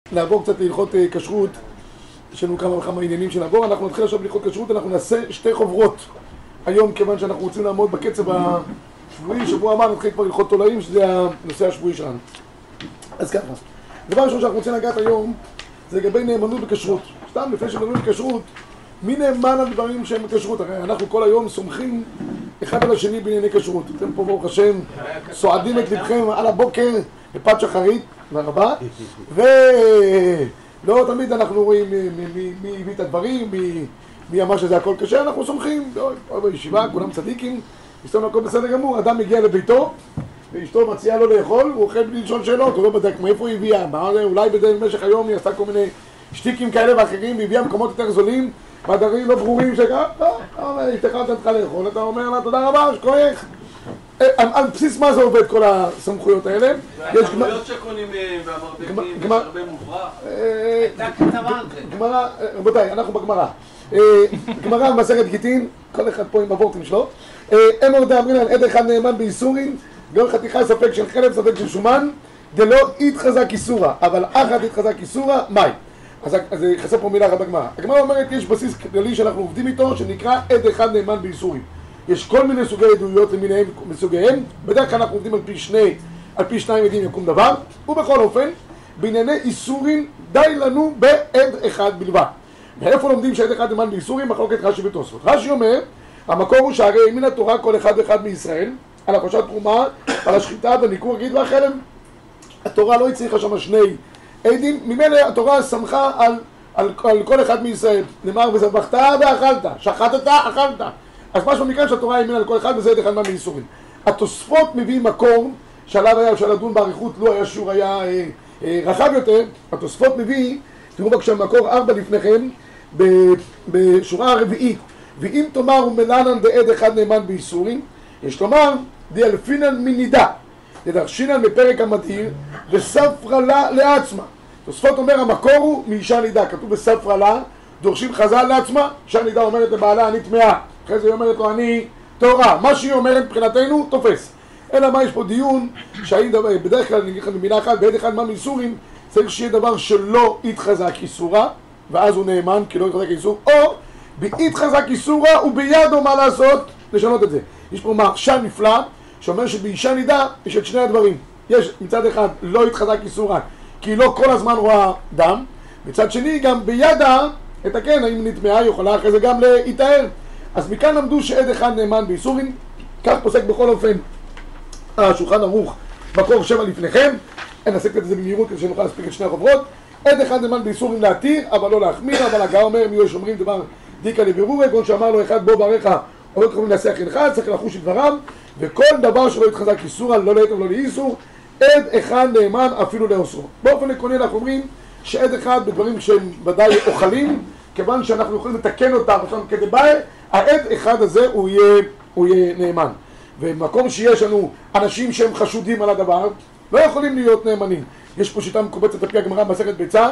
לעבור קצת להלכות כשרות. יש לנו כמה וכמה עניינים שנעבור. אנחנו נתחיל עכשיו להלכות כשרות, אנחנו נעשה 2 חוברות היום, כיוון שאנחנו רוצים לעמוד בקצב השבועי. שבוע הבא נתחיל כבר להלכות תולעים, שזה הנושא השבועי שלנו. אז ככה, דבר ראשון שאנחנו רוצים לגעת היום זה לגבי נאמנות בכשרות. סתם לפני שנאמנות בכשרות, מי נאמן על דברים שהם בכשרות? הרי אנחנו כל היום סומכים אחד על השני בענייני כשרות. אתם פה ברוך השם סועדים את לבכם על הבוקר בפת שחרית, מהרבה, ולא תמיד אנחנו רואים מי הביא את הדברים, מי אמר שזה הכל קשה, אנחנו סומכים, בישיבה, כולם צדיקים, מסתובב הכל בסדר גמור. אדם מגיע לביתו ואשתו מציעה לו לאכול, הוא אוכל בלי לשאול שאלות, הוא לא בדק מאיפה היא הביאה, אולי במשך היום היא עשתה כל מיני שטיקים כאלה ואחרים, והביאה מקומות יותר זולים, והדברים לא ברורים שגם, אשתך נתך לאכול, אתה אומר לה תודה רבה, שכוח. על בסיס מה זה עובד כל הסמכויות האלה? והחנויות שקונים והמרבקים, יש הרבה מוברח. הייתה כתבה על זה. גמרא, רבותיי, אנחנו בגמרא. גמרא במסכת גיטין, כל אחד פה עם הוורטים שלו. הם עוד אמרים על עד אחד נאמן באיסורין, גם חתיכה ספק של חלב, ספק של שומן, דלא יתחזק איסורה, אבל אחת יתחזק איסורה, מאי. אז חסר פה מילה אחת בגמרא. הגמרא אומרת, יש בסיס כללי שאנחנו עובדים איתו, שנקרא עד אחד נאמן באיסורים. יש כל מיני סוגי עדויות למיניהם מסוגיהם, בדרך כלל אנחנו עובדים על פי 2 עדים יקום דבר, ובכל אופן, בענייני איסורים די לנו בעד אחד בלבד. ואיפה לומדים שעד אחד נאמן באיסורים? מחלוקת רש"י ותוספות. רש"י אומר, המקור הוא שהרי מן התורה כל אחד ואחד מישראל, על הפרשת תרומה, על השחיטה, בניקור, גיד והחלם. התורה לא הצריכה שם 2 עדים, ממילא התורה סמכה על כל אחד מישראל. נאמר, וזבחת ואכלת, שחטת, אכלת. אז משהו מכאן שהתורה האמינה על כל אחד, וזה עד אחד מהאיסורים. התוספות מביאים מקור, שעליו היה אפשר לדון בעריכות, לו היה שיעור היה רחב יותר. התוספות מביא, תראו בבקשה מקור 4 לפניכם, בשורה הרביעית, ואם תאמר ומלנן דעד אחד נאמן באיסורים, יש לומר דיאלפינן מנידה, דדרשינן בפרק המתיר, וספרה לה לעצמה. תוספות אומר המקור הוא מאישה נידה, כתוב בספרה לה, דורשים חז"ל לעצמה, אישה נידה אומרת לבעלה אני טמאה, אחרי זה היא אומרת לו אני טהורה, מה שהיא אומרת מבחינתנו תופס. אלא מה יש פה דיון, בדרך כלל אני אגיד לך במילה אחת, בעד אחד מה מאיסורים, צריך שיהיה דבר שלא יתחזק איסורה, ואז הוא נאמן כי לא יתחזק איסור, או ביתחזק איסורה ובידו מה לעשות, לשנות את זה. יש פה מרשם נפלא שאומר שבאישה נידה יש את 2 הדברים. יש מצד אחד לא יתחזק איסורה כי לא כל הזמן רואה דם, מצד שני גם בידה לתקן, האם נטמעה יכולה אחרי זה גם להתאר. אז מכאן למדו שעד אחד נאמן באיסורים, כך פוסק בכל אופן השולחן ערוך מקור 7 לפניכם. נעשה את זה במהירות כדי שנוכל להספיק את 2 החוברות. עד אחד נאמן באיסורים להתיר, אבל לא להחמיר, אבל הגה אומר מי יש אומרים דבר דיקה לבירור, כמו שאמר לו אחד בו בעריך או לא תכולים להסיח אינך, צריך לחוש את דבריו, וכל דבר שלא יתחזק איסורה, לא ליתר ולא לאיסור, עד אחד נאמן אפילו לאוסרו. באופן עקרוני אנחנו אומרים שעד אחד בדברים שהם ודאי אוכלים, כיוון שאנחנו יכולים לתקן אותם כדי בעיה, העד אחד הזה הוא יהיה נאמן. ובמקום שיש לנו אנשים שהם חשודים על הדבר, לא יכולים להיות נאמנים. יש פה שיטה מקובצת על פי הגמרא במסכת ביצה,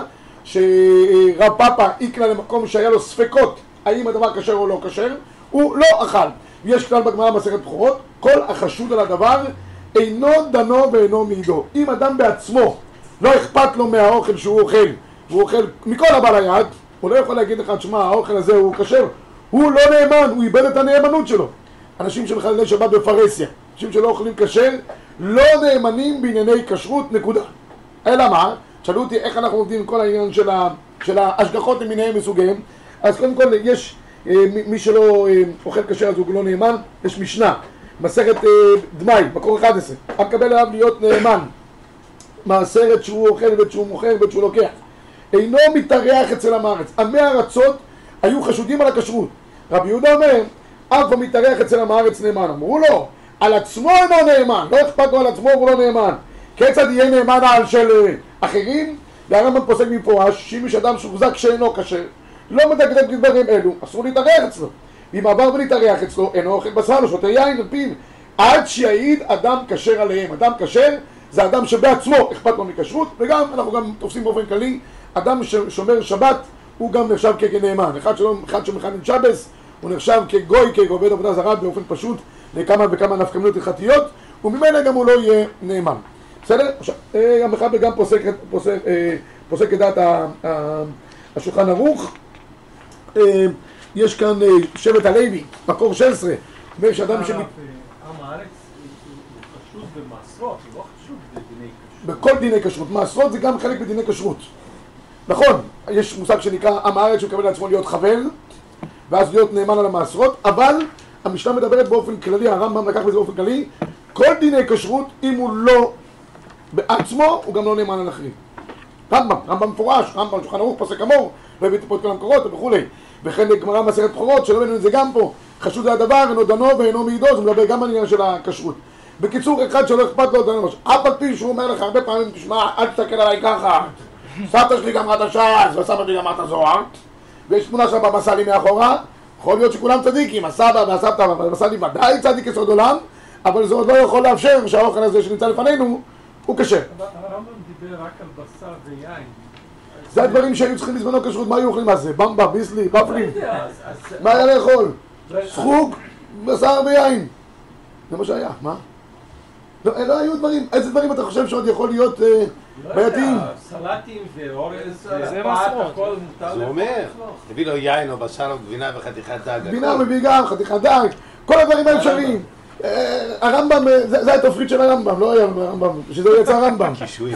שרב פאפא יקנה למקום שהיה לו ספקות האם הדבר כשר או לא כשר, הוא לא אכל. ויש כלל בגמרא במסכת בכורות, כל החשוד על הדבר אינו דנו ואינו מעידו. אם אדם בעצמו לא אכפת לו מהאוכל שהוא אוכל, והוא אוכל מכל הבא ליד, הוא לא יכול להגיד לך, תשמע, האוכל הזה הוא כשר, הוא לא נאמן, הוא איבד את הנאמנות שלו. אנשים שמחללי שבת בפרהסיה, אנשים שלא אוכלים כשר, לא נאמנים בענייני כשרות, נקודה. אלא מה? שאלו אותי איך אנחנו עובדים עם כל העניין של ההשגחות למיניהם מסוגיהם. אז קודם כל יש מי שלא אוכל כשר אז הוא לא נאמן. יש משנה, מסכת דמאי, מקור 11, המקבל עליו להיות נאמן מעשרת שהוא אוכל ואת שהוא מוכר ואת שהוא לוקח, אינו מתארח אצל המארץ. עמי ארצות היו חשודים על הכשרות. רבי יהודה אומר אף המתארח אצל המארץ נאמן. אמרו לו על עצמו אינו נאמן, לא אכפת לו על עצמו הוא לא נאמן, כיצד יהיה נאמן על של אחרים? והרמב"ם פוסק מפורש שאם יש אדם שהוחזק שאינו כשר, לא מדקדק בדברים אלו, אסור להתארח אצלו. ואם עבר ולהתארח אצלו, אינו אוכל בשר, לא שותה יין על פיו, עד שיעיד אדם כשר עליהם. אדם כשר זה אדם שבעצמו אכפת לו מכשרות, וגם אנחנו גם תופסים באופן כללי, אדם ששומר שבת הוא גם נחשב כנאמן. אחד שמכהן שבס הוא נחשב כגוי, כעובד עבודה זרה באופן פשוט לכמה וכמה נפקמינות הלכתיות, וממילא גם הוא לא יהיה נאמן. בסדר? עכשיו, המחבר גם פוסק את דעת השולחן ערוך. יש כאן שבט הלוי, מקור 16, אומר שאדם עם הארץ הוא חשוד במעשרות, הוא לא חשוד בדיני כשרות. בכל דיני כשרות, מעשרות זה גם חלק בדיני כשרות. נכון, יש מושג שנקרא עם הארץ שמקבל לעצמו להיות חבר, ואז להיות נאמן על המעשרות, אבל המשנה מדברת באופן כללי, הרמב"ם לקח בזה באופן כללי, כל דיני כשרות, אם הוא לא בעצמו, הוא גם לא נאמן על אחרים. רמב"ם מפורש, רמב"ם שולחן ערוך פוסק אמור, לא הבאתי פה את כל המקורות וכולי. וכן גמרא מסכת בכורות, שלא הבאנו את זה גם פה, חשוד זה הדבר, אינו דנו ואינו מעידו, זה מדבר גם על העניין של הכשרות. בקיצור, אחד שלא אכפת לו, דנו, אף על פי שהוא אומר לך הרבה פעמים, תשמע, אל תסתכל עליי ככה, סבתא שלי גמרה את הש"ס, וסבתא שלי גמרה את הזוהר, ויש תמונה שם בבא סאלי מאחורה, יכול להיות שכולם צדיקים, הסבא והסבתא בבא סאלי ודאי צדיק יסוד עולם, אבל זה עוד לא יכול לאפשר שהאוכל הזה שנמצא לפנינו הוא כשר. הרמב"ם דיבר רק על בשר ויין. זה הדברים שהיו צריכים בזמנו כשרות, מה היו אוכלים? מה זה? במבה, ביסלי, בפלים? מה היה לאכול? סחוג, בשר ויין. זה מה שהיה, מה? לא היו דברים, איזה דברים אתה חושב שעוד יכול להיות בעייתיים? סלטים ואורז, פת, הכל מותר. זה אומר, תביא לו יין או בשר או גבינה וחתיכת דג. גבינה מביא גם, חתיכת דג, כל הדברים האפשריים. הרמב"ם, זה התפריט של הרמב"ם, לא היה הרמב"ם, שזה יצא הרמב"ם. קישואים.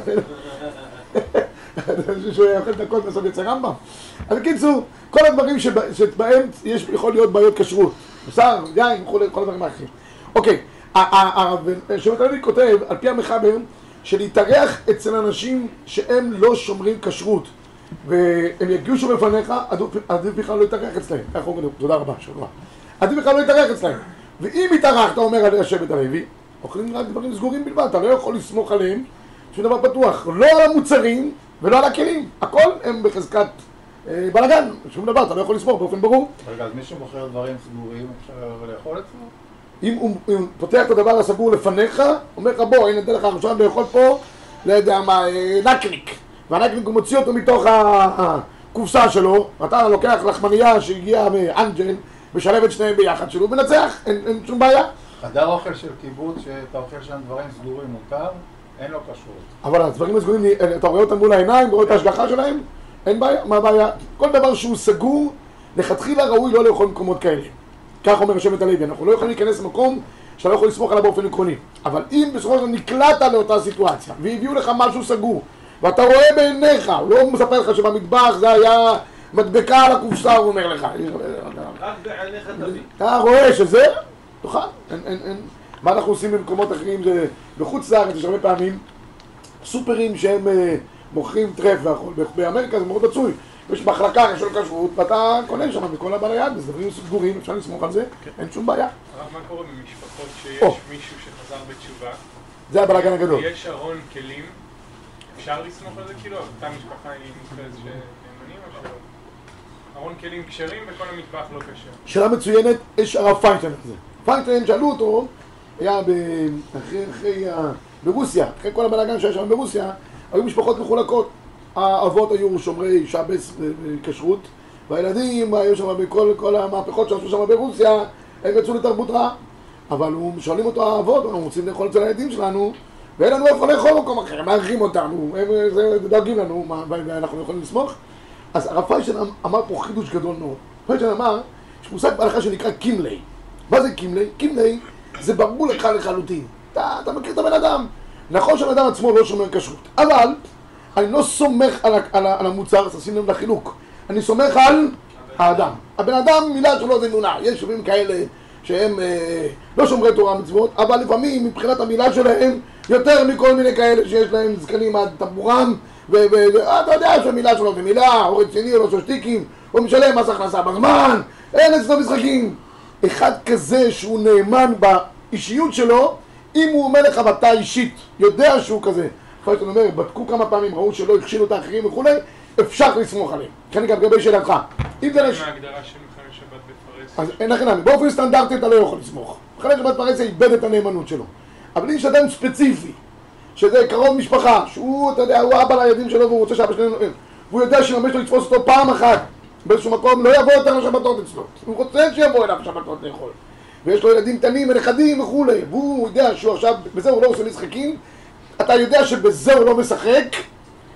שהוא יאכל את הכל בסוף יצא רמב"ם. אבל בקיצור, כל הדברים שבהם יכול להיות בעיות כשרות, בשר, יין וכולי, כל הדברים האחרים. אוקיי, שבט הלוי כותב, על פי המחבר, שלהתארח אצל אנשים שהם לא שומרים כשרות והם יגישו בפניך, עדיף בכלל לא להתארח אצלהם. איך אומרים? תודה רבה, שבוע. עדיף בכלל לא להתארח אצלהם. ואם התארחת, אומר על שבט הלוי, אוכלים רק דברים סגורים בלבד, אתה לא יכול לסמוך עליהם שום דבר פתוח, לא על המוצרים ולא על הכלים, הכל הם בחזקת בלגן, שום דבר, אתה לא יכול לסמוך באופן ברור. רגע, אז מי שמוכר דברים סגורים אפשר לאכול אצלו? אם הוא פותח את הדבר הסגור לפניך, אומר לך בוא, הנה נתן לך עכשיו לאכול פה, לא יודע מה, נקניק, והנקניק הוא מוציא אותו מתוך הקופסה שלו, ואתה לוקח לחמניה שהגיעה מאנג'ל, משלב את שניהם ביחד שלו, מנצח, אין שום בעיה. חדר אוכל של קיבוץ שאתה אוכל שם דברים סגורים מותר, אין לו כשרות. אבל הדברים הסגורים, אתה רואה אותם מול העיניים, רואה את ההשגחה שלהם, אין בעיה, מה הבעיה? כל דבר שהוא סגור, לכתחילה ראוי לא לאכול מקומות כאלה. כך אומר שבט הלוי, אנחנו לא יכולים להיכנס למקום שאתה לא יכול לסמוך עליו באופן עקרוני. אבל אם בסופו של דבר נקלעת לאותה סיטואציה, והביאו לך משהו סגור, ואתה רואה בעיניך, הוא לא מספר לך שבמטבח זה היה מדבקה על הקופסה, הוא אומר לך. רק בעיניך תביא. אתה רואה שזה, תוכל, אין. מה אנחנו עושים במקומות אחרים, זה בחוץ לארץ, יש הרבה פעמים סופרים שהם מוכרים טרף והכל, באמריקה זה מאוד מצוי. יש מחלקה של כשרות, ואתה קונה שם מכל הבעל היד, זה דברים סגורים, אפשר לסמוך על זה, אין שום בעיה. הרב, מה קורה במשפחות שיש מישהו שחזר בתשובה? זה הבלגן הגדול. יש ארון כלים, אפשר לסמוך על זה כאילו? אותה משפחה היא מוכרת שנאמנים או שלא? ארון כלים כשרים וכל המטבח לא כשר. שאלה מצוינת, יש הרב פיינשטיין על זה. פיינשטיין, שאלו אותו, היה ברוסיה, אחרי כל הבלגן שהיה שם ברוסיה, היו משפחות מחולקות. האבות היו שומרי שבס וכשרות, והילדים היו שם בכל המהפכות שעשו שם ברוסיה, הם יצאו לתרבות רעה. אבל שואלים אותו האבות, אנחנו רוצים לאכול אצל הילדים שלנו, ואין לנו איפה לאכול במקום אחר, הם מארחים אותנו, הם דואגים לנו, ואנחנו יכולים לסמוך. אז הרב פיינשטיין אמר פה חידוש גדול מאוד. פיינשטיין אמר, יש מושג בהלכה שנקרא קימלי. מה זה קימלי? קימלי זה ברור לך לחלוטין. אתה מכיר את הבן אדם. נכון שהבן אדם עצמו לא שומר כשרות, אבל אני לא סומך על המוצר, תשים לב לחילוק. אני סומך על האדם. הבן אדם, מילה שלו זה נונה. יש שומעים כאלה שהם לא שומרי תורה מצוות, אבל לפעמים מבחינת המילה שלהם יותר מכל מיני כאלה שיש להם זקנים עד טבורם, ואתה יודע שהמילה שלו זה מילה, או רציני או לא שושטיקים, או משלם מס הכנסה בזמן, אין אצלו משחקים. אחד כזה שהוא נאמן באישיות שלו, אם הוא אומר לך ואתה אישית יודע שהוא כזה, לפעמים אתה אומר, בדקו כמה פעמים, ראו שלא הכשילו את האחרים וכו', אפשר לסמוך עליהם. כאן גם לגבי שאלתך. אם זה מההגדרה של מחנה שבת בפרהסיה. אז אין לכם, באופן סטנדרטי אתה לא יכול לסמוך. מחנה שבת בפרהסיה איבד את הנאמנות שלו. אבל אם יש אדם ספציפי, שזה קרוב משפחה, שהוא, אתה יודע, הוא אבא לילדים שלו והוא רוצה שאבא שלנו, והוא יודע שאם יש לו לתפוס אותו פעם אחת באיזשהו מקום, לא יבוא יותר לשבתות אצלו. הוא רוצה שיבוא אליו שבתות לאכול. ויש לו ילדים קטנים ונכדים וכולי, והוא יודע שהוא עכשיו, בזה הוא לא עושה משחקים, אתה יודע שבזה הוא לא משחק,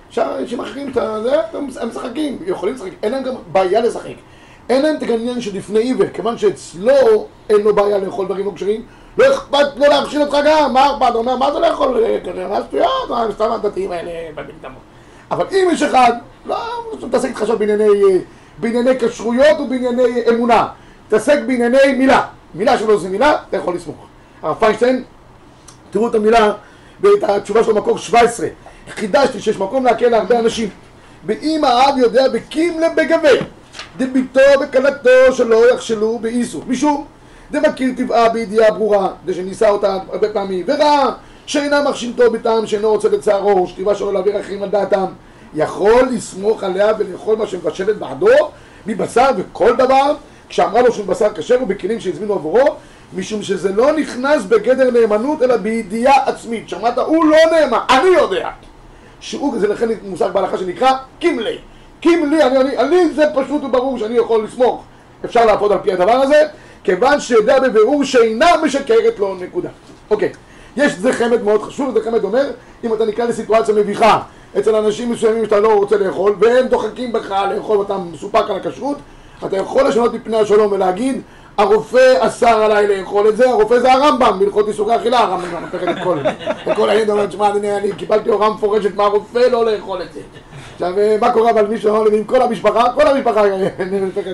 אנשים אחרים, הם משחקים, יכולים לשחק, אין להם גם בעיה לשחק. אין להם את העניין של לפני עיוור, כיוון שאצלו אין לו בעיה לאכול דברים לא כשרים, לא אכפת לו להכשיל אותך גם, מה אכפת? הוא אומר, מה זה לאכול? כנראה שטויות, סתם הדתיים האלה, אבל אם יש אחד, לא, תעסק איתך עכשיו בענייני כשרויות ובענייני אמונה, תעסק בענייני מילה, מילה שלא עושים מילה, אתה יכול לסמוך. הרב פיינשטיין, תראו את המילה ואת התשובה שלו מקור 17, חידשתי שיש מקום להקל להרבה אנשים, ואם האב יודע בקימלה בגבי דביתו וכלתו שלא יחשלו באיסור, משום דמכיר טבעה בידיעה ברורה, דשניסה אותה הרבה פעמים, וראה שאינה מכשילתו בטעם שאינו רוצה לצערו, שכתיבה שלו להעביר אחרים על דעתם, יכול לסמוך עליה ולאכול מה שמבשלת בעדו מבשר וכל דבר, כשאמרה לו שהוא בשר כשר ובכלים שהזמינו עבורו, משום שזה לא נכנס בגדר נאמנות אלא בידיעה עצמית. שמעת? הוא לא נאמן, אני יודע שהוא, זה לכן מושג בהלכה שנקרא קימלי. קימלי, אני זה פשוט וברור שאני יכול לסמוך, אפשר לעבוד על פי הדבר הזה, כיוון שידע בבירור שאינה משקרת לו, נקודה. אוקיי, יש זה חמד מאוד חשוב, זה חמד אומר, אם אתה נקרא לסיטואציה מביכה אצל אנשים מסוימים שאתה לא רוצה לאכול והם דוחקים בך לאכול ואתה מסופק על הכשרות, אתה יכול לשנות מפני השלום ולהגיד הרופא אסר עליי לאכול את זה, הרופא זה הרמב"ם, בהלכות איסורי אכילה, הרמב"ם גם נפחד את כל העניין, אומר, תשמע, אני קיבלתי הוראה מפורשת מהרופא לא לאכול את זה. עכשיו, מה קורה אבל מישהו אומר לי, עם כל המשפחה נפחת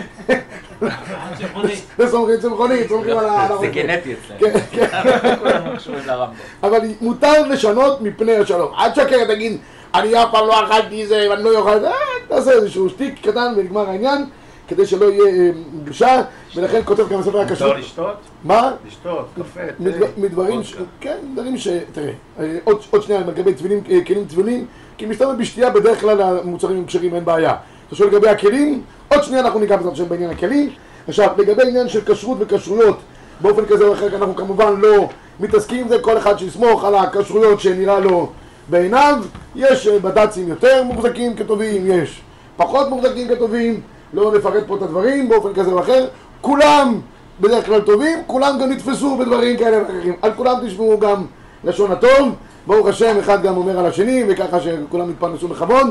לסומכים צמחונית, סומכים על הרופא. זה גנטי אצלנו. כולנו קשורים לרמב"ם. אבל מותר לשנות מפני השלום. עד שקרת תגיד, אני אף פעם לא אכלתי זה, ואני לא אוכל את זה, תעשה איזשהו שטיק קטן ונגמר העניין. כדי שלא יהיה בושה, ולכן כותב גם בספר הכשרות. לא לשתות? מה? לשתות, קפה, מדברים, כן, דברים ש... תראה, עוד שנייה, לגבי כלים טבולים, כי מסתובב בשתייה בדרך כלל המוצרים כשרים אין בעיה. אתה שואל לגבי הכלים, עוד שנייה אנחנו ניגע בזה בעניין הכלים. עכשיו, לגבי עניין של כשרות וכשרויות, באופן כזה או אחר, אנחנו כמובן לא מתעסקים עם זה, כל אחד שיסמוך על הכשרויות שנראה לו בעיניו, יש בד"צים יותר מוחזקים כטובים, יש פחות מוחזקים כטובים, לא נפרט פה את הדברים באופן כזה או אחר, כולם בדרך כלל טובים, כולם גם נתפסו בדברים כאלה ואחרים, על כולם תשמעו גם לשון הטוב, ברוך השם, אחד גם אומר על השני, וככה שכולם יתפרנסו בכבוד,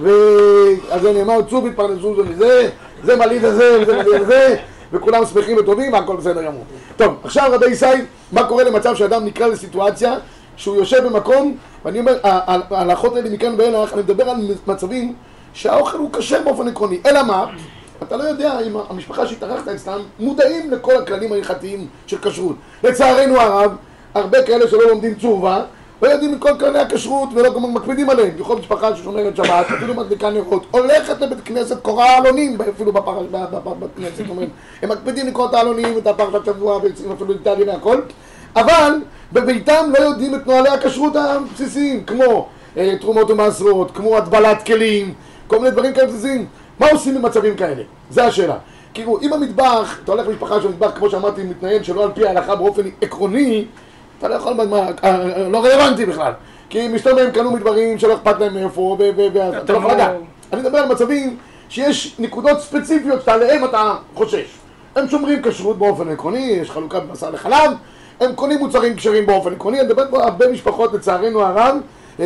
ועל זה נאמר, צוב יתפרנסו זה מזה, זה מליד הזה וזה מליד הזה, וכולם שמחים וטובים, והכל בסדר גמור. טוב, עכשיו רבי ישי, מה קורה למצב שאדם נקרא לסיטואציה שהוא יושב במקום, ואני אומר, ההלכות האלה מכאן ואילך, אני מדבר על מצבים שהאוכל הוא קשה באופן עקרוני, אלא מה? אתה לא יודע אם המשפחה שהתארחת אצלם מודעים לכל הכללים ההלכתיים של כשרות. לצערנו הרב, הרבה כאלה שלא לומדים צורבה, לא יודעים מכל כללי הכשרות ולא מקפידים עליהם. בכל משפחה ששומרת שבת, אפילו מדליקה נרות, הולכת לבית כנסת, קוראה העלונים, אפילו בבית כנסת, הם מקפידים לקרוא את העלונים, את הפרשת שבוע, אפילו איטליה והכל, אבל בביתם לא יודעים את נוהלי הכשרות הבסיסיים, כמו תרומות ומעשרות, כמו הטבלת כלים, כל מיני דברים כאלה בסיסיים. מה עושים במצבים כאלה? זה השאלה. כאילו, אם המטבח, אתה הולך למשפחה של מטבח, כמו שאמרתי, מתנהל שלא על פי ההלכה באופן עקרוני, אתה לא יכול, לא רלוונטי בכלל. כי מסתובב הם קנו מדברים שלא אכפת להם מאיפה, ואתה לא יכול לדעת. אני מדבר על מצבים שיש נקודות ספציפיות שעליהם אתה חושש. הם שומרים כשרות באופן עקרוני, יש חלוקת בשר לחלב, הם קונים מוצרים כשרים באופן עקרוני, אני מדבר פה הרבה משפחות לצערנו הרב,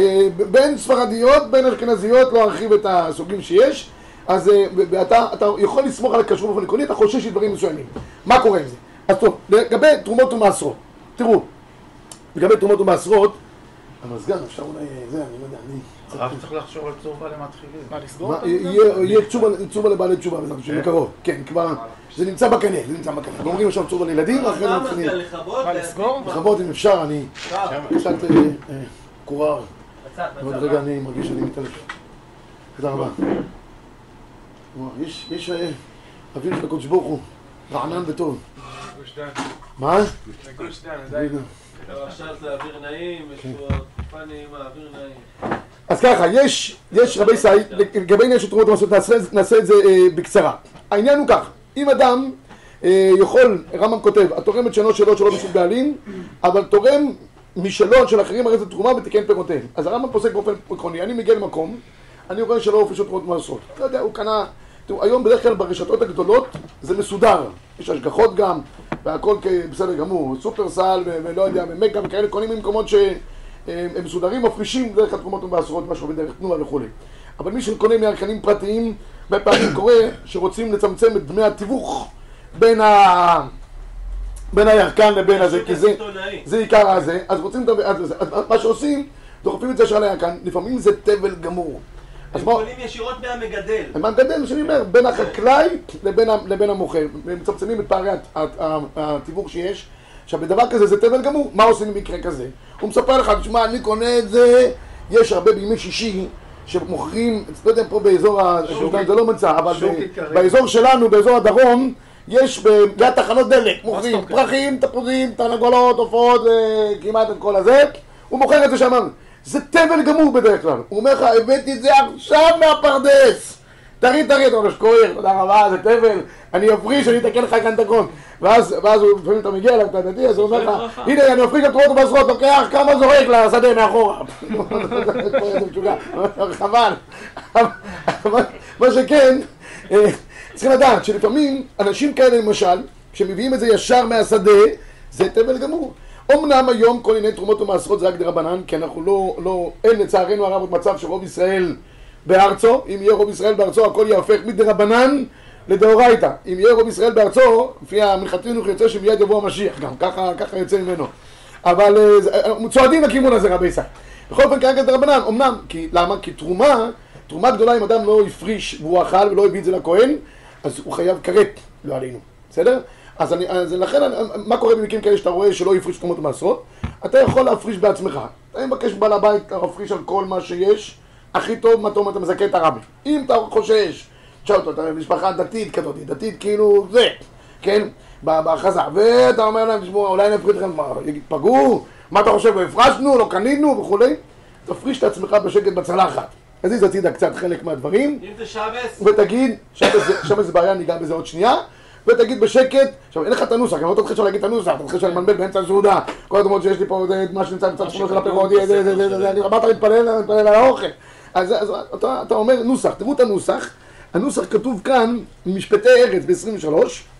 בין ספרדיות, בין אשכנזיות, לא ארחיב את הסוגים שיש, אז אתה יכול לסמוך על הכשרות באופן עקרוני, אתה חושש שדברים מסוימים. מה קורה עם זה? אז טוב, לגבי תרומות ומעשרות, תראו, לגבי תרומות ומעשרות, המסגן, אפשר אולי, זה, אני לא יודע, רק צריך לחשוב על צורבה למתחילים. מה, לסגור? יהיה צורבה לבעלי תשובה, בקרוב, כן, כבר, זה נמצא בקנה, זה נמצא בקנה. אומרים עכשיו צורבה לילדים, אחרי זה מתחילים. מה, לסגור? לכבות אם אפשר, אני קצת קורר. עוד רגע אני מרגיש שאני מתעלף. תודה רבה. יש אוויר של הקודש ברוך הוא, רענן וטוב. גוש דן. מה? גוש דן, עדיין. עכשיו זה אוויר נעים, יש פה תקופה נעימה, אוויר נעים. אז ככה, יש רבי ישי, לגבי עניין של תרומות ומעשרות, נעשה את זה בקצרה. העניין הוא כך, אם אדם יכול, רמב"ם כותב, התורם את שנו שלו בשביל בעלים, אבל תורם משלו של אחרים הרי זה תרומה ותיקן פירותיהם. אז הרמב"ם פוסק באופן עקרוני, אני מגיע למקום, אני רואה שלא הופשו תרומות ומעשרות. לא יודע, הוא קנה, תראו, היום בדרך כלל ברשתות הגדולות זה מסודר, יש השגחות גם, והכל בסדר גמור, סופרסל ולא יודע, ומגה וכאלה, קונים ממקומות הם מסודרים, מפרישים דרך התרומות ומעשרות, מה שעובד דרך תנועה וכו'. אבל מי שקונה מירקנים פרטיים, הרבה פעמים קורה שרוצים לצמצם את דמי התיווך בין הירקן לבין הזה, כי זה עיקר הזה, אז רוצים, מה שעושים, דוחפים את זה ישר לירקן, לפעמים זה תבל גמור. הם קונים ישירות מהמגדל. מהמגדל, שאני אומר, בין החקלאי לבין המוכר, והם מצמצמים את פערי התיווך שיש. עכשיו, בדבר כזה זה תבל גמור, מה עושים במקרה כזה? הוא מספר לך, תשמע, אני קונה את זה, יש הרבה בימי שישי שמוכרים, לא יודע פה באזור, זה לא מצא, אבל באזור שלנו, באזור הדרום, יש ביד תחנות דלק, מוכרים פרחים, תפוזים, תרנגולות, עופות, כמעט את כל הזה, הוא מוכר את זה שם, זה תבל גמור בדרך כלל, הוא אומר לך, הבאתי את זה עכשיו מהפרדס, תריד, אתה אומר, שכויר, תודה רבה, זה תבל, אני אפריש, אני אתקן לך כאן את הכל. ואז לפעמים אתה מגיע אליו, אתה דתי, אז הוא אומר לך, הנה, אני אפריש את תרומות ובעשרות, לוקח כמה זורק לשדה מאחורה. חבל. מה שכן, צריכים לדעת שלפעמים אנשים כאלה למשל, כשמביאים את זה ישר מהשדה, זה תבל גמור. אמנם היום כל ענייני תרומות ומעשרות זה רק דרבנן, כי אנחנו אין לצערנו הרב עוד מצב שרוב ישראל בארצו, אם יהיה רוב ישראל בארצו הכל יהפך מדרבנן לדאורייתא. אם יהיה רוב ישראל בארצו, לפי המלכתנו יוצא שמיד יבוא המשיח, גם ככה יוצא ממנו. אבל צועדים לכיוון הזה רבי ישראל. בכל אופן כרגע דרבנן, אמנם, למה? כי תרומה גדולה אם אדם לא הפריש והוא אכל ולא הביא את זה לכהן, אז הוא חייב כרת, לא עלינו, בסדר? אז לכן, מה קורה במקרים כאלה שאתה רואה שלא יפריש תרומות ומעשרות? אתה יכול להפריש בעצמך. אתה מבקש בעל הבית להפריש על כל מה שיש, הכי טוב מה אתה מזכה את הרבי. אם אתה חושש, תשאל אותו, אתה משפחה דתית כזאת, דתית כאילו זה, כן? בהכרזה, ואתה אומר להם, תשמעו, אולי נפריש לכם, פגעו, מה אתה חושב, לא הפרשנו, לא קנינו וכולי, תפריש את עצמך בשקט בצלחת. אז איזה הצידה קצת חלק מהדברים. אם זה שבס. ותגיד, שבס זה בעיה, ניגע בזה עוד שנייה. ותגיד בשקט, עכשיו אין לך את הנוסח, אני לא תתחיל להגיד את הנוסח, אתה תתחיל שאני מנבל באמצע הסעודה. כל הדמות שיש לי פה, מה שנמצא בצד שמאל של הפירות, אני רבת להתפלל על האוכל. אז אתה אומר נוסח, תראו את הנוסח. הנוסח כתוב כאן, משפטי ארץ ב-23,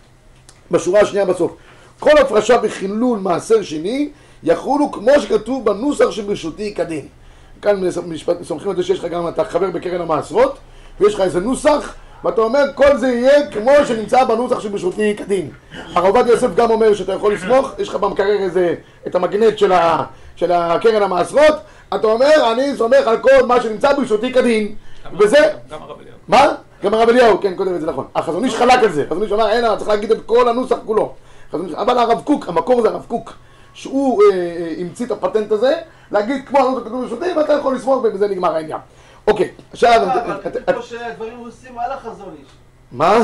בשורה השנייה בסוף. כל הפרשה בחילול מעשר שני, יחולו כמו שכתוב בנוסח שברשותי כדין. כאן סומכים על זה שיש לך גם, אתה חבר בקרן המעשרות, ויש לך איזה נוסח, ואתה אומר, כל זה יהיה כמו שנמצא בנוסח שברשותי כדין. הרב עובדיה יוסף גם אומר שאתה יכול לסמוך, יש לך במקרר איזה, את המגנט של הקרן המעשרות, אתה אומר, אני סומך על כל מה שנמצא ברשותי כדין. וזה... גם הרב אליהו. מה? גם הרב אליהו, כן, כותב את זה נכון. החזון איש חלק על זה, החזון איש אמר, אין, צריך להגיד את כל הנוסח כולו. אבל הרב קוק, המקור זה הרב קוק, שהוא המציא את הפטנט הזה, להגיד כמו הנוסח כתוב ברשותי, ואתה יכול לסמוך ובזה נגמר העניין. אוקיי, עכשיו... אבל כמו שהדברים עושים על החזון איש. מה?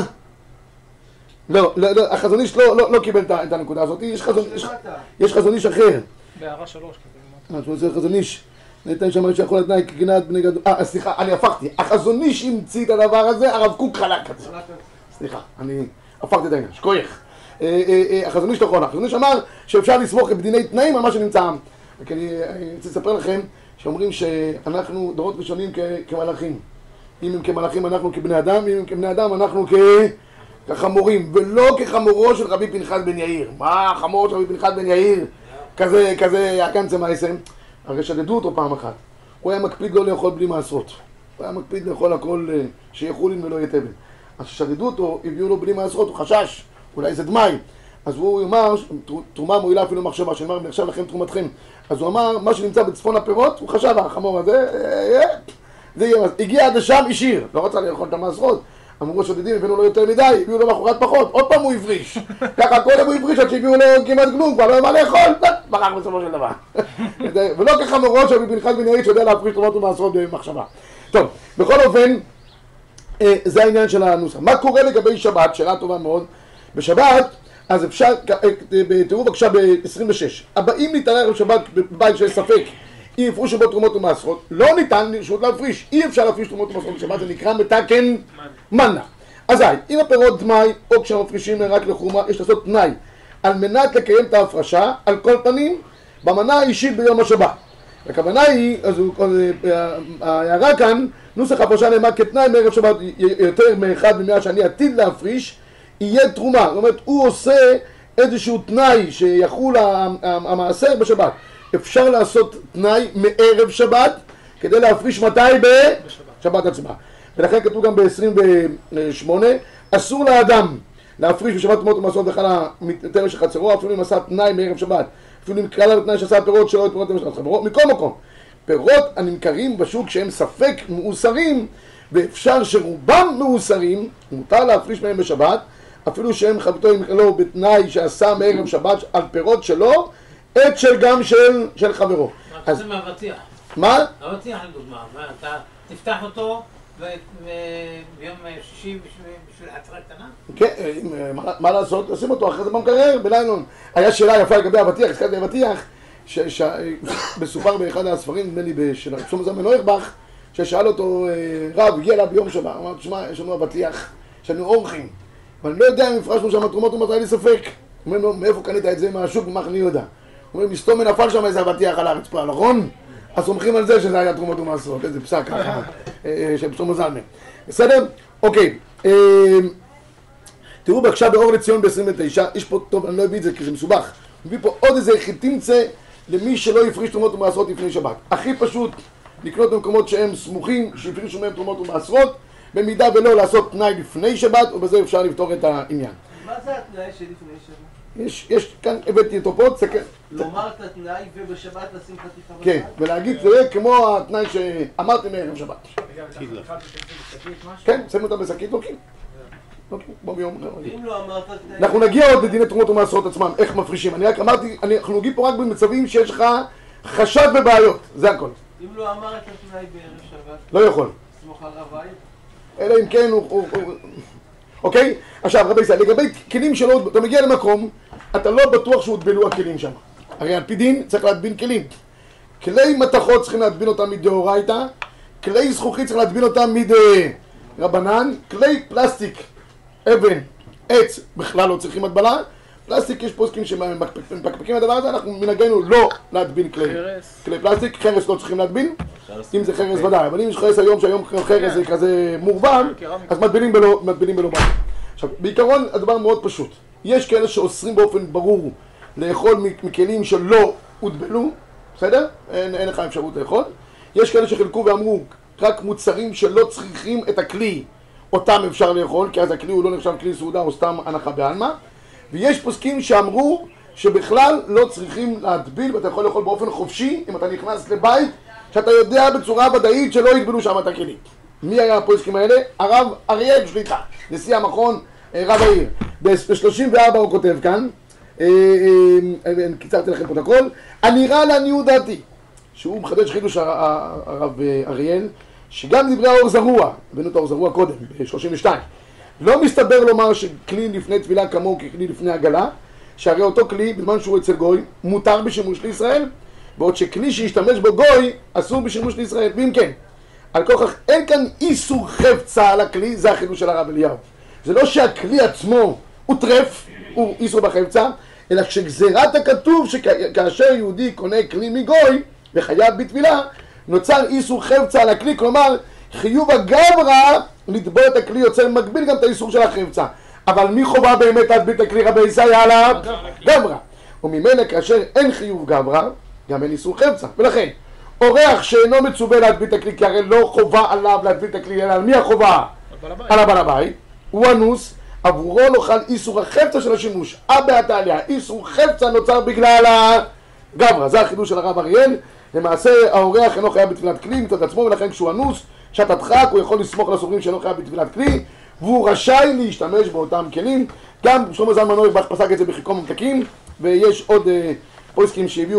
לא, החזון איש לא קיבל את הנקודה הזאת, יש חזון איש אחר. בהערה 3 כזה. אתה רוצה חזון איש? ניתן שם שיכול לתנאי כגנת בני גדול... סליחה, אני הפכתי. החזון איש המציא את הדבר הזה, הרב קוק חלק את זה. סליחה, אני הפכתי את העניין, שכוייך. החזון איש נכון, החזון איש אמר שאפשר לסמוך בדיני תנאים על מה שנמצא. כי אני רוצה לספר לכם שאומרים שאנחנו דורות ראשונים כמלאכים. אם הם כמלאכים אנחנו כבני אדם, אם הם כבני אדם אנחנו כחמורים, ולא כחמורו של רבי פנחס בן יאיר. מה החמור של רבי פנחס בן יאיר? כזה הקנצה מהעשם. הרי שדדו אותו פעם אחת. הוא היה מקפיד לא לאכול בלי מעשרות. הוא היה מקפיד לאכול הכל שיחולין ולא יהיה תבן. אז כששדדו אותו, הביאו לו בלי מעשרות, הוא חשש, אולי זה דמי. אז הוא אמר, תרומה מועילה אפילו מחשבה, שאמר, נחשב לכם תרומתכם. אז הוא אמר, מה שנמצא בצפון הפירות, הוא חשב, החמור הזה, זה יהיה, הגיע עד לשם אישיר, לא רצה לאכול את המעשרות. אמרו שודדים, הבאנו לו יותר מדי, הביאו לו מחרת פחות, עוד פעם הוא הפריש. ככה קודם הוא הפריש עד שהביאו לו כמעט גלום, כבר לא היה מה לאכול, ברח בסופו של דבר. ולא כחמורו של פנחס בן יאיר שיודע להפריש תרומות ומעשרות במחשבה. טוב, בכל אופן, זה העניין של הנוסח. מה קורה לגבי שבת? שאלה טובה מאוד. בשבת, אז אפשר, תראו בבקשה ב-26, הבאים להתערר בשבת בבית שיש ספק, אם יפרושו בו תרומות ומעשרות, לא ניתן לרשות להפריש, אי אפשר להפריש תרומות ומעשרות בשבת, זה נקרא מתקן מנה. אזי, אם הפירות דמי, או כשמפרישים רק לחומה, יש לעשות תנאי, על מנת לקיים את ההפרשה, על כל פנים, במנה האישית ביום השבת. הכוונה היא, אז ההערה כאן, נוסח הפרשה נאמר כתנאי מערב שבת יותר מאחד ממאה שאני עתיד להפריש, יהיה תרומה. זאת אומרת, הוא עושה איזשהו תנאי שיחול המעשר בשבת. אפשר לעשות תנאי מערב שבת, כדי להפריש מתי? בשבת עצמה. ולכן כתוב גם ב-28, אסור לאדם להפריש בשבת תרומות ומעשרות בכלל המטר של חצרו, אפילו אם עשה תנאי מערב שבת, אפילו אם כלל התנאי שעשה פירות שלא תרומות ומשרת חברו, מכל מקום. פירות הנמכרים בשוק שהם ספק מאוסרים, ואפשר שרובם מאוסרים, מותר להפריש מהם בשבת, אפילו שהם חבטו עם כללו בתנאי שעשה מערב שבת על פירות שלו, עת של גם של חברו. מה זה מהבטיח? מה? הבטיח לדוגמה, אתה תפתח אותו ביום שישי בשביל עצרה קטנה? כן, מה לעשות? עושים אותו אחרי זה במקרר, בליינון. היה שאלה יפה לגבי אבטיח, הזכרתי אבטיח, שמסופר באחד הספרים, נדמה לי של שלמה זלמן אוירבך, ששאל אותו רב, הגיע אליו ביום שבת, אמר, תשמע, יש לנו אבטיח, יש לנו אורחים, אבל אני לא יודע אם הפרשנו שם תרומות ומעשרות, היה לי ספק. הוא אומר לו, מאיפה קנית את זה מהשוק, מה אני יודע? הוא אומר, מסתום נפל שם איזה אבטיח על הרצפה, נכון? אז סומכים על זה שזה היה תרומות ומעשרות, איזה פסק ככה, של שלמה זלמן. בסדר? אוקיי. תראו בבקשה באור לציון ב-29, יש פה, טוב, אני לא אביא את זה כי זה מסובך, מביא פה עוד איזה חיתימצה למי שלא יפריש תרומות ומעשרות לפני שבת. הכי פשוט לקנות במקומות שהם סמוכים, שיפרישו מהם תרומות ומעשרות, במידה ולא לעשות תנאי לפני שבת, ובזה אפשר לפתור את העניין. מה זה התנאי שלפני שבת? יש, כאן הבאתי אותו פה, תסתכל. לומר את התנאי ובשבת לשים חתיכה בשבת? כן, ולהגיד זה כמו התנאי שאמרתי מערב שבת. כן, שמים אותם בשקית, לוקים. כמו ביום אחר. אם לא אמרת תנאי... אנחנו נגיע עוד לדיני תרומות ומעשרות עצמם, איך מפרישים. אני רק אמרתי, אנחנו נגיע פה רק במצבים שיש לך חשד בבעיות, זה הכל. אם לא אמרת תנאי בערב שבת... לא יכול. סמוך על רב העיר? אלא אם כן הוא... אוקיי? עכשיו, רבי ישראל, לגבי כלים שלו, אתה מגיע למקום, אתה לא בטוח שהוטבלו הכלים שם. הרי על פי דין צריך להטבין כלים. כלי מתכות צריכים להטבין אותם מדאורייתא, כלי זכוכית צריך להטבין אותם מדרבנן, כלי פלסטיק, אבן, עץ, בכלל לא צריכים הטבלה, פלסטיק יש פוסקים שמפקפקים הדבר הזה, אנחנו מנהגנו לא להטבין כלי פלסטיק, חרס לא צריכים להטבין, אם זה חרס ודאי, אבל אם יש חרס היום, שהיום חרס זה כזה מורבם, אז מטבילים בלא בעיה. עכשיו, בעיקרון הדבר מאוד פשוט, יש כאלה שאוסרים באופן ברור לאכול מכלים שלא הוטבלו, בסדר? אין לך אפשרות לאכול. יש כאלה שחילקו ואמרו, רק מוצרים שלא צריכים את הכלי, אותם אפשר לאכול, כי אז הכלי הוא לא נחשב כלי סעודה או סתם הנחה בעלמא. ויש פוסקים שאמרו שבכלל לא צריכים להטביל, ואתה יכול לאכול באופן חופשי, אם אתה נכנס לבית, שאתה יודע בצורה ודאית שלא יטבלו שם את הכלים. מי היה הפוסקים האלה? הרב אריאל שליט"א, נשיא המכון, רב העיר. ב-34 הוא כותב כאן, קיצרתי לכם פה את הכל, הנראה לעניות דעתי, שהוא מחדש חידוש הרב אריאל, שגם דברי האור זרוע, הבאנו את האור זרוע קודם, ב-32, לא מסתבר לומר שכלי לפני תפילה כמוהו ככלי לפני עגלה, שהרי אותו כלי, בזמן שהוא אצל גוי, מותר בשימוש לישראל, בעוד שכלי שישתמש בו גוי, אסור בשימוש לישראל. ואם כן, על כל כך אין כאן איסור חפצה על הכלי, זה החידוש של הרב אליהו. זה לא שהכלי עצמו הוא טרף, הוא איסור בחפצה, אלא כשגזירת הכתוב שכאשר יהודי קונה כלי מגוי וחייב בטבילה, נוצר איסור חפצה על הכלי, כלומר חיוב הגברא לטבול את הכלי יוצר מגביל גם את האיסור של החפצה. אבל מי חובה באמת להטביל את הכלי רבי ישראל עליו? גברא. וממילא כאשר אין חיוב גברא, גם אין איסור חפצה. ולכן, אורח שאינו מצווה להטביל את הכלי, כי הרי לא חובה עליו להטביל את הכלי, אלא על מי החובה? על הבעל הבית. הוא אנוס, עבורו לא חל איסור החפצה של השימוש. בעתליה, איסור חפצה נוצר בגלל הגברא. זה החידוש של הרב אריאל. למעשה האורח אינו חייב בטבילת כלי מצד עצמו, ולכן כשהוא אנוס, שעת הדחק, הוא יכול לסמוך על הסוברים שאינו חייב בטבילת כלי, והוא רשאי להשתמש באותם כלים. גם שלמה זלמן אוירבך פסק את זה בחיקו ממתקים, ויש עוד פוסקים שהביאו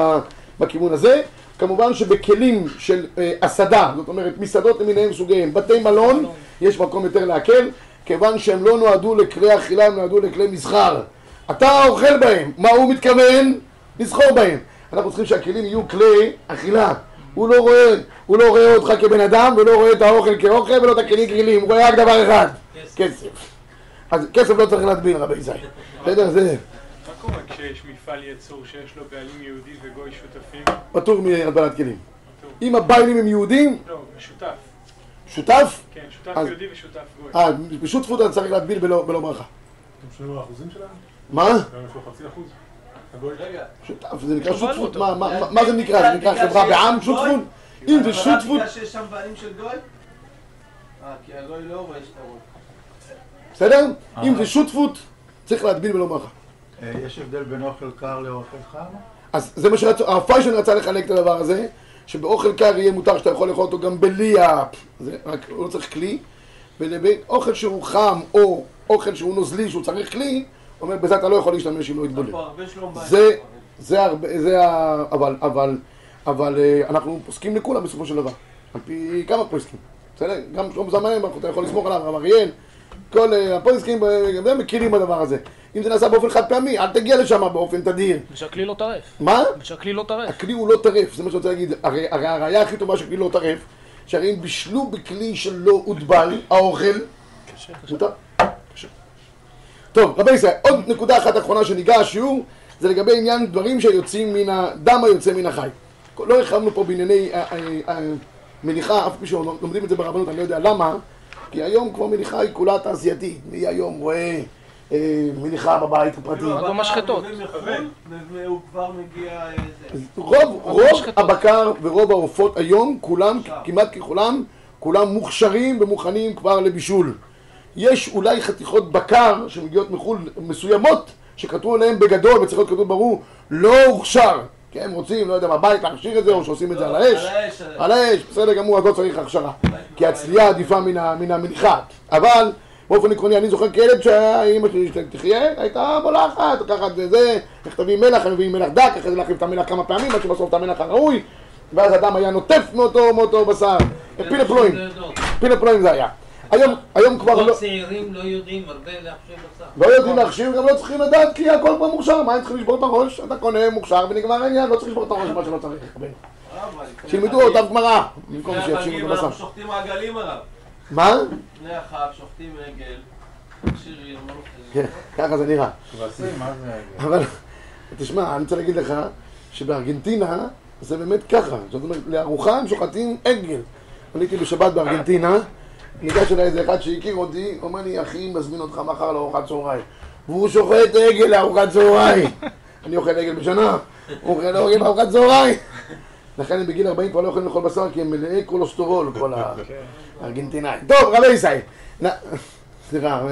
בכיוון הזה. כמובן שבכלים של הסעדה, זאת אומרת מסעדות למיניהם סוגיהם, בתי מלון, יש מקום יותר להקל, כיוון שהם לא נועדו לכלי אכילה, הם נועדו לכלי מסחר. אתה אוכל בהם, מה הוא מתכוון? לסחור בהם. אנחנו צריכים שהכלים יהיו כלי אכילה. הוא לא רואה אותך כבן אדם, ולא רואה את האוכל כאוכל, ולא את הכלים כלים, הוא רואה רק דבר אחד, כסף. אז כסף לא צריך להטביל, רבי ישראל. בסדר, זה... מה קורה כשיש מפעל ייצור שיש לו בעלים יהודי וגוי שותפים? פטור מהטבלת כלים. אם הבעלים הם יהודים... לא, משותף. שותף? כן, שותף יהודי ושותף גוי. בשותפות אתה צריך להטביל בלא ברכה. אתם שואלים על האחוזים שלהם? מה? גם יש לו 0.5%? רגע. שותף, זה נקרא שותפות, מה זה נקרא? זה נקרא חברה בעם שותפות? אם זה שותפות... בגלל שיש שם בעלים של גוי? כי הגוי לא רואה שאתה רואה. בסדר? אם זה שותפות, צריך להדביל ולא מחה. יש הבדל בין אוכל קר לאוכל חם? אז זה מה שהפיישן רצה לחלק את הדבר הזה, שבאוכל קר יהיה מותר שאתה יכול לאכול אותו גם בלי רק הוא לא צריך כלי, ולבין אוכל שהוא חם או אוכל שהוא נוזלי שהוא צריך כלי, הוא אומר בזה אתה לא יכול להשתמש אם לא יתבולל. אבל אנחנו פוסקים לכולם בסופו של דבר, על פי כמה פוסקים. בסדר? גם שלום זמנים, אתה יכול לסמוך עליו, רב אריאל, כל הפוסקים גם מכירים בדבר הזה. אם זה נעשה באופן חד פעמי, אל תגיע לשם באופן תדיר. ושהכלי לא טרף. מה? ושהכלי לא טרף. הכלי הוא לא טרף, זה מה שאני רוצה להגיד. הרי הראיה הכי טובה שהכלי לא טרף, שהרי אם בישלו בכלי שלא הוטבל, האוכל, מותר. טוב, רבי ישראל, עוד נקודה אחת אחרונה שניגע השיעור, זה לגבי עניין דברים שיוצאים מן הדם היוצא מן החי. לא הרחבנו פה בענייני מליחה, אף פי שלומדים את זה ברבנות, אני לא יודע למה, כי היום כבר מליחה היא כולה תעשייתית. מי היום רואה מליחה בבית הפרטי? לא משחטות. והוא כבר מגיע... רוב הבקר ורוב העופות היום, כולם, כמעט ככולם, כולם מוכשרים ומוכנים כבר לבישול. יש אולי חתיכות בקר שמגיעות מחול מסוימות, שכתבו עליהם בגדול וצריכות כתוב ברור, לא הוכשר. כי הם רוצים, לא יודע, בבית להכשיר את זה, או שעושים את זה על האש. על האש, בסדר גמור, אז לא צריך הכשרה. כי הצלייה עדיפה מן המליחה. אבל, באופן עקרוני, אני זוכר כילד שהאמא שלי תחיה, הייתה מולחת, לקחת זה, איך תביא מלח, הם מביאים מלח דק, אחרי זה להחליף את המלח כמה פעמים, עד שבסוף את המלח הראוי, ואז אדם היה נוטף מאותו בשר. פילה פלואים זה היה. היום כבר לא... צעירים לא יודעים הרבה להכשיר בשר. לא יודעים להכשיר, גם לא צריכים לדעת, כי הכל כבר מוכשר. מה הם צריכים לשבור את הראש? אתה קונה מוכשר ונגמר העניין, לא צריך לשבור את הראש מה שלא צריך. שילמדו אותם גמרא, במקום שיפשירו את הבשר. אנחנו שוחטים עגלים עליו. מה? לפני החג שוחטים עגל, מכשירים, כן, ככה זה נראה. כבשים, מה זה עגל? אבל, תשמע, אני רוצה להגיד לך שבארגנטינה זה באמת ככה. זאת אומרת, לארוחה הם שוחטים עגל. אני הייתי בשבת בארגנטינה, ניגש אליי איזה אחד שהכיר אותי, אומר לי, אחי, מזמין אותך מחר לארוחת צהריים. והוא שוחט עגל לארוחת צהריים. אני אוכל עגל בשנה, הוא אוכל עגל לארוחת צהריים. לכן הם בגיל 40 כבר לא יכולים לאכול בשר, כי הם מלאי קולסטרול, כל הארגנטינאים. טוב, רבי ישראל. סליחה.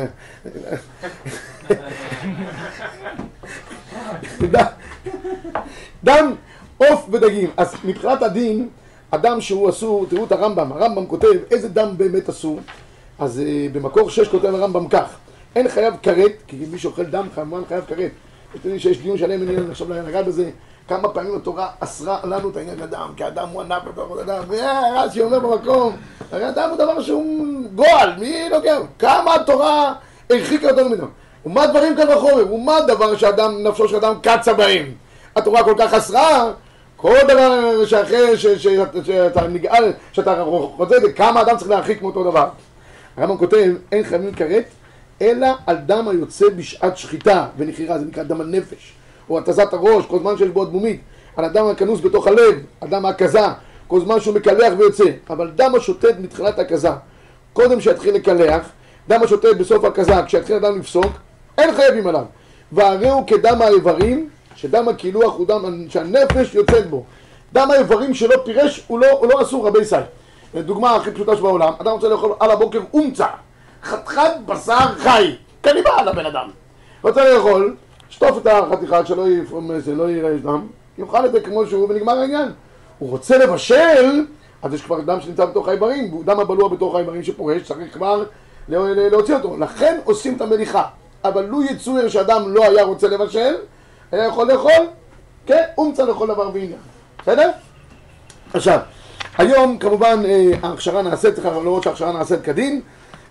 דם, עוף ודגים. אז מבחינת הדין, הדם שהוא אסור, תראו את הרמב"ם כותב איזה דם באמת אסור. אז במקור 6 כותב הרמב"ם כך, אין חייב כרת, כי מי שאוכל דם כמובן חייב כרת. אתם יודעים שיש דיון שלם, אני עכשיו נגע בזה, כמה פעמים התורה אסרה לנו את העניין הדם, כי הדם הוא ענף בתוך הדם, רש"י אומר במקום, הרי הדם הוא דבר שהוא גועל, מי לא כן? כמה התורה הרחיקה אותו ממנו. ומה דברים כאן בחומר? ומה דבר נפשו של אדם קצה בהם? התורה כל כך אסרה, כל דבר שאחרי שאתה נגעל, שאתה רוצה, כמה אדם צריך להרחיק מאותו דבר. הרמב"ם כותב, אין חייבים כרת, אלא על דם היוצא בשעת שחיטה ונחירה, זה נקרא דם הנפש, או התזת הראש, כל זמן שיש בו אדמומית, על הדם הכנוס בתוך הלב, הדם הכזה, כל זמן שהוא מקלח ויוצא, אבל דם השוטט מתחילת הכזה, קודם שיתחיל לקלח, דם השוטט בסוף הכזה, כשיתחיל אדם לפסוק, אין חייבים עליו, והרי הוא כדם האיברים, שדם הקילוח הוא דם שהנפש יוצאת בו. דם האיברים שלא פירש הוא לא אסור רבי ישראל. דוגמה הכי פשוטה שבעולם, אדם רוצה לאכול על הבוקר אומצה, חתיכת בשר חי, קניבל לבן אדם. רוצה לאכול, שטוף את החתיכה שלא יראה דם, יאכל את זה כמו שהוא ונגמר העניין. הוא רוצה לבשל, אז יש כבר דם שנמצא בתוך האיברים, והוא דם הבלוע בתוך האיברים שפורש, צריך כבר להוציא אותו. לכן עושים את המליחה. אבל לו יצויר שאדם לא היה רוצה לבשל, היה יכול לאכול, כן, אומצה לכל דבר ועניין. בסדר? עכשיו, היום כמובן ההכשרה נעשית, צריך לראות שההכשרה נעשית כדין,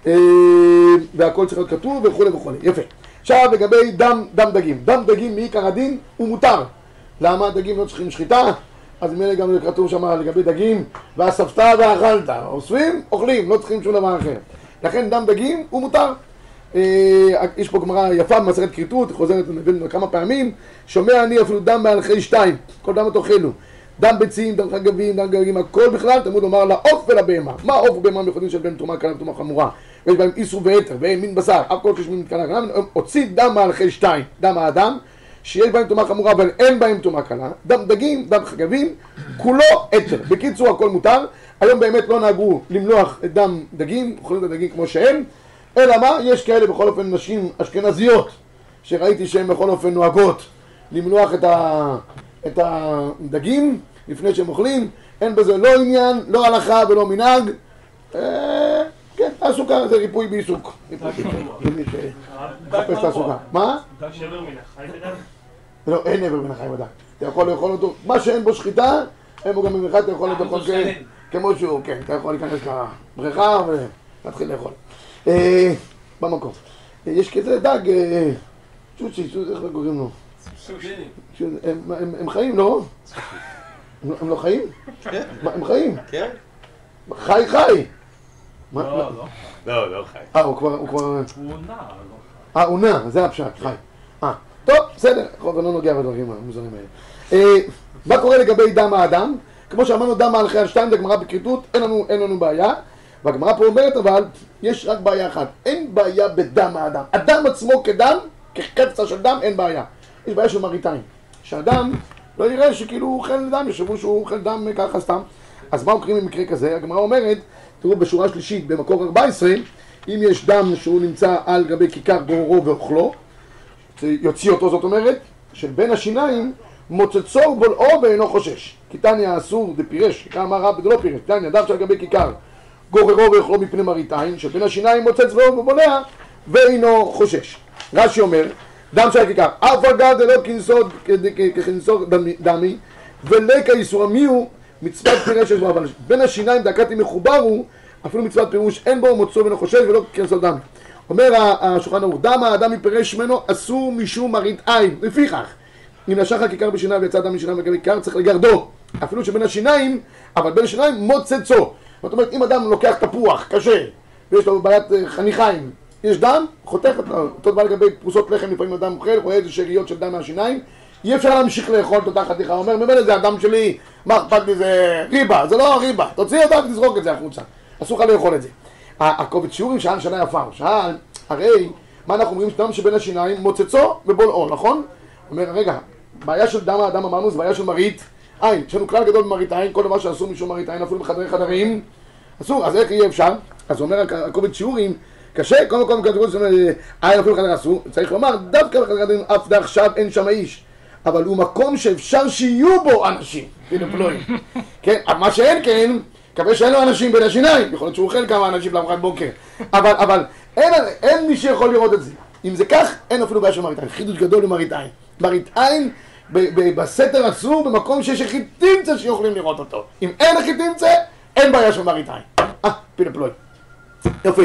והכל צריך להיות כתוב וכו' וכו'. יפה. עכשיו לגבי דם דגים. דם דגים מעיקר הדין הוא מותר. למה? דגים לא צריכים שחיטה, אז מילא גם כתוב שם לגבי דגים, ואספת ואכלת. אוספים, אוכלים, לא צריכים שום דבר אחר. לכן דם דגים הוא מותר. יש פה גמרא יפה במסכת כריתות, חוזרת ונביא כמה פעמים, שומע אני אפילו דם מהלכי 2, כל דם תאכלו, דם ביצים, דם חגבים, דם גרגים, הכל בכלל, תלמוד לומר לעוף ולבהמה. מה עוף ובהמה מיוחדים של בין תרומה קלה ותרומה חמורה? ויש בהם איסור ויתר, ואין מין בשר, אף כל שיש מין קלה, הוציא דם מהלכי 2, דם האדם, שיש בהם טומאה חמורה אבל אין בהם טומאה קלה, דם דגים, דם חגבים, כולו אתר. בקיצור הכל מותר. היום באמת לא נהגו למלוח את דם דגים, אוכלים את הדגים כמו שהם, אלא מה? יש כאלה בכל אופן נשים אשכנזיות שראיתי שהן בכל אופן נוהגות למלוח את הדגים לפני שהם אוכלים. אין בזה לא עניין, לא הלכה ולא מנהג. כן, הסוכה זה ריפוי בעיסוק. חפש את הסוכה. מה? שבר מן החי בדם? לא, אין עבר מן החי בדם. אתה יכול לאכול אותו, מה שאין בו שחיטה, אין בו גם במחד, אתה יכול לאכול כמו שהוא, כן, אתה יכול להיכנס לבריכה ולהתחיל לאכול. במקום. יש כזה דג, צ'וצ'י, איך לא קוראים לו? הם חיים, לא? הם לא חיים? כן. הם חיים? כן? חי. לא. לא חי. הוא כבר... הוא נע, לא. הוא נע, זה הפשט, חי. טוב, בסדר, אבל לא נוגע בדברים המוזרים האלה. מה קורה לגבי דם האדם? כמו שאמרנו, דם ההלכי על שתיים, זה גמרא בכריתות, אין לנו בעיה. והגמרא פה אומרת, אבל יש רק בעיה אחת, אין בעיה בדם האדם. אדם עצמו כדם, כחפצה של דם, אין בעיה. יש בעיה של מראיתיים. שאדם לא יראה שכאילו הוא אוכל דם, ישבו שהוא אוכל דם ככה סתם. אז מה קוראים במקרה כזה? הגמרא אומרת, תראו בשורה שלישית, במקור 14, אם יש דם שהוא נמצא על גבי כיכר גרורו ואוכלו, יוציא אותו, זאת אומרת, של בין השיניים, מוצצו בולעו ואינו חושש. כי תניא אסור דפירש, כמה רב זה לא פירש, תניא דם שעל גבי כיכר גוררו ואוכלו מפני מראיתיים, שבין השיניים מוצץ ובולע ואינו חושש. רש"י אומר, דם שעל כיכר, אף אגב דלא ככנסור דמי, ולקה איסור מיהו מצוות פירש יש בו, אבל בין השיניים דקתי מחובר הוא, אפילו מצוות פירוש אין בו מוצצו ואינו חושש ולא ככנסור דמי. אומר השולחן ערוך, דם האדם יפרש ממנו אסור משום מראית עין, לפיכך אם נשך הכיכר בשיניים ויצא דם משיניים לגבי כיכר צריך לגרדו, אפילו שבין השיניים, אבל בין השיניים מוצצו. זאת אומרת, אם אדם לוקח תפוח קשה ויש לו בעיית חניכיים, יש דם, חותך אותו דבר לגבי פרוסות לחם, לפעמים אדם אוכל, רואה איזה שאריות של דם מהשיניים, אי אפשר להמשיך לאכול את אותה חתיכה, הוא אומר, ממילא זה הדם שלי, מה אכפת לי, זה ריבה, זה לא ריבה, תוציא אותה ותזרוק את זה החוצה, אסור לך לאכול את זה. הקובץ שיעורים שאל שאלה יפה, הוא שאל, הרי מה אנחנו אומרים, דם שבין השיניים מוצצו ובולעו, נכון? הוא אומר, רגע, בעיה של דם האדם אמרנו, זה בעיה של מראית עין, יש לנו כלל גדול במראית עין, כל דבר שאסור משום מראית עין, אפילו בחדרי חדרים, אסור, אז איך יהיה אפשר? אז הוא אומר, הקובץ שיעורים, קשה, כל מקום כתוב, עין אפילו בחדר אסור, צריך לומר, דווקא בחדר חדרים, אף דה עכשיו אין שם איש, אבל הוא מקום שאפשר שיהיו בו אנשים, פלואים, כן, מה שאין כן, מקווה שאין לו אנשים בין השיניים, יכול להיות שהוא אוכל כמה אנשים לארוחת בוקר, אבל אין מי שיכול לראות את זה. אם זה כך, אין אפילו בעיה של מראית עין, חידוש גדול למראית עין. מראית עין בסתר אסור במקום שיש חיטינצה שיכולים לראות אותו. אם אין חיטינצה, אין בעיה של מראית עין. פילה פלוי. יפה.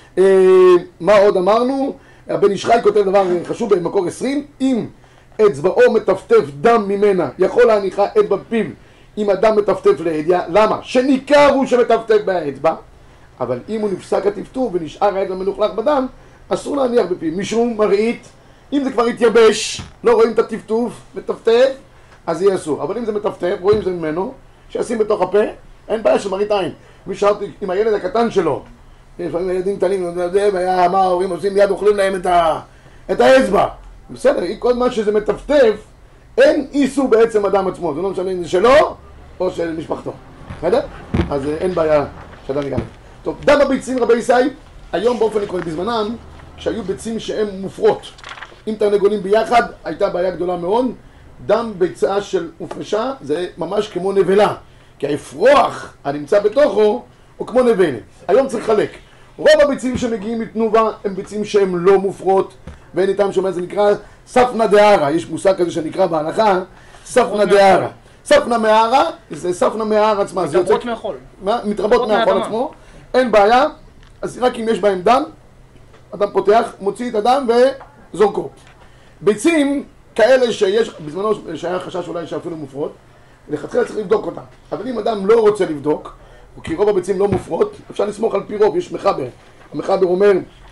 מה עוד אמרנו? הבן איש חי כותב דבר חשוב במקור 20, אם אצבעו מטפטף דם ממנה, יכול להניחה את בפיו אם אדם מטפטף להדיה. למה? שניכר הוא שמטפטף באצבע, אבל אם הוא נפסק הטפטוף ונשאר האצבע מלוכלך בדם, אסור להניח בפיו. משום מראית, אם זה כבר התייבש, לא רואים את הטפטוף, מטפטף, אז יהיה אסור. אבל אם זה מטפטף, רואים זה ממנו, שישים בתוך הפה, אין בעיה של מראית עין. מי שאלתי עם הילד הקטן שלו, לפעמים הילדים קטנים, מה ההורים עושים, מיד אוכלים להם את האצבע. בסדר, כל מה שזה מטפטף, אין איסור בעצם אדם עצמו, זה לא משנה אם זה שלו או של משפחתו. בסדר? אז אין בעיה שאדם ניגע. טוב, דם הביצים רבי ישי, היום באופן עקרוני בזמנם, כשהיו ביצים שהן מופרות עם תרנגולים ביחד, הייתה בעיה גדולה מאוד. דם ביצה של הופרשה זה ממש כמו נבלה, כי האפרוח הנמצא בתוכו הוא כמו נבלה. היום צריך לחלק. רוב הביצים שמגיעים מתנובה הם ביצים שהן לא מופרות, ואין איתם שאומר, זה נקרא ספנה דהרה, יש מושג כזה שנקרא בהלכה, ספנה דהרה. ספנה מהרה, זה ספנה מהר עצמה. מתרבות מהחול. מתרבות מהחול עצמו, אין בעיה, אז רק אם יש בהם דם, אדם פותח, מוציא את הדם וזורקו. ביצים כאלה שיש, בזמנו שהיה חשש אולי שאפילו מופרות, לכתחילה צריך לבדוק אותם. אבל אם אדם לא רוצה לבדוק, כי רוב הביצים לא מופרות, אפשר לסמוך על פי רוב, יש מחבר. המחבר אומר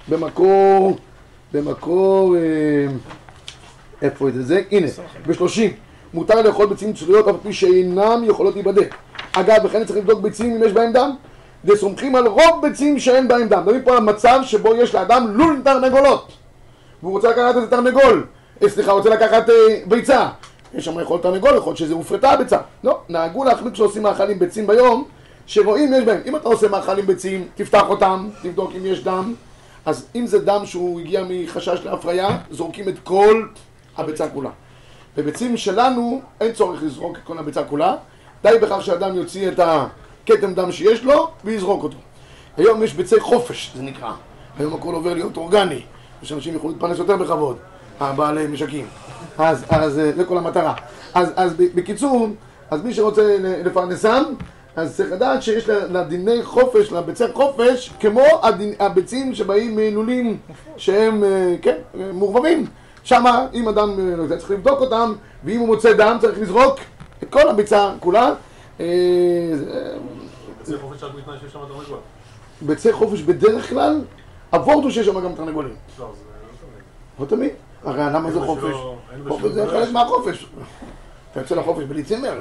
במקור, איפה זה? הנה, ב-30. מותר לאכול ביצים צרויות אף פי שאינם יכולות להיבדק. אגב, בכן צריך לבדוק ביצים אם יש בהם דם, וסומכים על רוב ביצים שאין בהם דם. מדברים פה על מצב שבו יש לאדם לול תרנגולות, והוא רוצה לקחת את התרנגול סליחה, רוצה לקחת ביצה. יש שם יכול תרנגול, יכול שזה הופרטה הביצה. לא, נהגו להחליט כשעושים מאכלים ביצים ביום, שרואים יש בהם. אם אתה עושה מאכלים ביצים, תפתח אותם, תבדוק אם יש דם. אז אם זה דם שהוא הגיע מחשש להפריה, זורקים את כל הביצה כולה. בביצים שלנו אין צורך לזרוק את כל הביצה כולה, די בכך שאדם יוציא את הכתם דם שיש לו ויזרוק אותו. היום יש ביצי חופש, זה נקרא. היום הכל עובר להיות אורגני, ושאנשים יכולים להתפרנס יותר בכבוד, הבעלי משקים. אז זה כל המטרה. אז בקיצור, אז מי שרוצה לפרנסם, אז צריך לדעת שיש לדיני חופש, לביצי חופש, כמו הביצים שבאים מלולים שהם, כן, מעורבבים. שמה, אם אדם צריך לבדוק אותם, ואם הוא מוצא דם, צריך לזרוק את כל הביצה כולה. ביצי חופש רק בתנאי שיש שם תרנגול. ביצי חופש בדרך כלל, הוורט הוא שיש שם גם תרנגולים. לא, זה לא תמיד. לא תמיד. הרי למה זה חופש? חופש זה חלק מהחופש. אתה יוצא לחופש בלי צימר.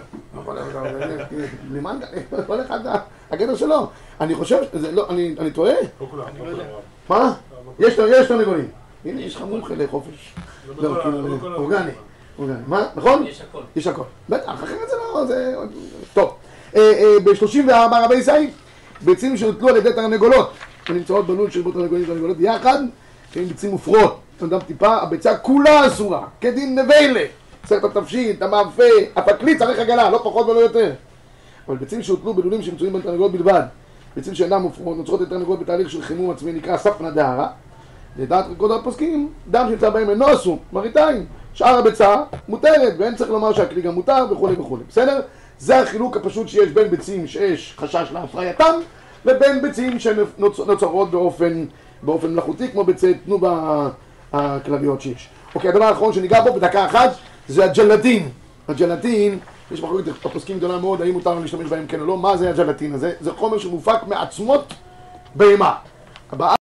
כל אחד הגדר שלו. אני חושב, אני טועה? לא כולם. מה? יש תרנגולים. הנה, יש לך מומחה לחופש. לא, אורגני. מה? נכון? יש הכל. יש הכל. בטח, אחרת זה לא, זה... טוב. ב-34 רבי סי, ביצים שהוטלו על ידי תרנגולות, הנמצאות בלול של בו תרנגולות יחד, שהן ביצים מופרות. אדם טיפה, הביצה כולה אסורה, כדין נבלה. צריך את התבשיל, את המאפה, הפקליט צריך עגלה, לא פחות ולא יותר. אבל ביצים שהוטלו בלולים שמצויים בין תרנגולות בלבד, ביצים שאינן מופרות, נוצרות את תרנגולות בתהליך של חימום עצמי נקרא ספנה דהרה. לדעת רקודות הפוסקים, דם שנמצא בהם אינו אסור, מראיתיים. שאר הביצה מותרת, ואין צריך לומר שהכלי גם מותר וכו' וכו'. בסדר? זה החילוק הפשוט שיש בין ביצים שיש חשש להפרייתם, לבין ביצים שנוצרות באופן מלאכותי, כמו ביצי תנובה הכלביות שיש. אוקיי, הדבר האחרון שניגע בו בדקה אחת, זה הג'לטין. הג'לטין, יש מחלוקת הפוסקים גדולה מאוד, האם מותר להשתמש בהם כן או לא, מה זה הג'לטין הזה? זה חומר שמופק מעצמות בהמה.